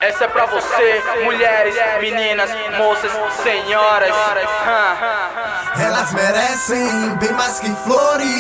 Essa é pra você, mulheres, meninas, moças, senhoras. Elas merecem bem mais que flores.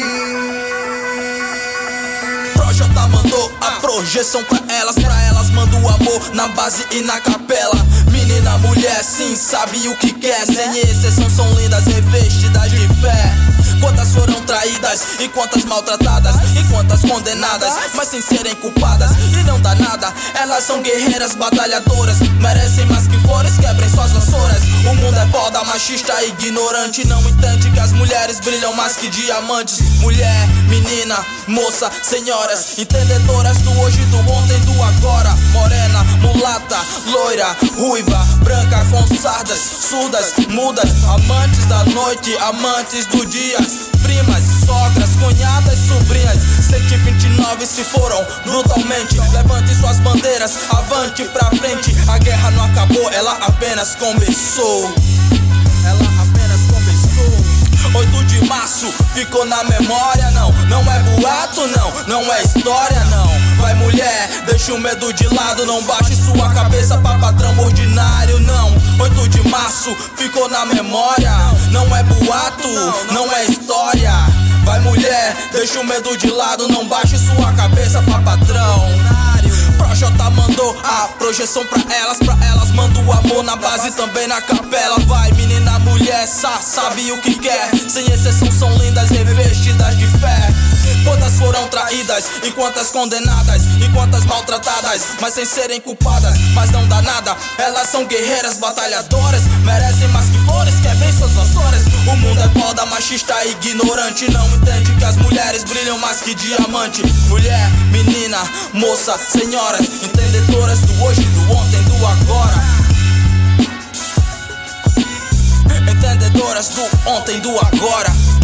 Projota mandou a projeção pra elas manda o amor na base e na capela. Menina, mulher, sim, sabe o que quer. Sem exceção são lindas, revestidas de fé. Quantas foram traídas e quantas maltratadas e quantas condenadas, mas sem serem culpadas. E não dá nada, elas são guerreiras, batalhadoras. Merecem mais que flores, quebrem suas vassouras. O mundo é foda, machista, ignorante. Não entende que as mulheres brilham mais que diamantes. Mulher, menina, moça, senhoras, entendedoras do hoje, do ontem, do agora. Morena, mulata, loira, ruiva, branca, com sardas, surdas, mudas. Amantes da noite, amantes do dia. Primas, sogras, cunhadas, sobrinhas. 129 se foram brutalmente. Levante suas bandeiras, avante pra frente. A guerra não acabou, ela apenas começou. Ela apenas começou. 8 de março ficou na memória, não. Não é boato, não. Não é história, não. Vai, mulher, deixa o medo de lado. Não baixe sua cabeça pra patrão ordinário, não. 8 de março ficou na memória. Não é boato, não é história. Vai, mulher, deixa o medo de lado. Não baixe sua cabeça pra patrão. Projota mandou a projeção pra elas manda o amor na base e também na capela. Vai, menina, mulher, sabe o que quer. Sem exceção são lindas, revestidas de fé. Quantas foram traídas e quantas condenadas e quantas maltratadas, mas sem serem culpadas. Mas não dá nada, elas são guerreiras, batalhadoras. Merecem mais que flores, quebrem suas vassouras. O mundo é foda, machista, ignorante. Não entende que as mulheres brilham mais que diamante. Mulher, menina, moça, senhoras, entendedoras do hoje, do ontem, do agora. Entendedoras do ontem, do agora.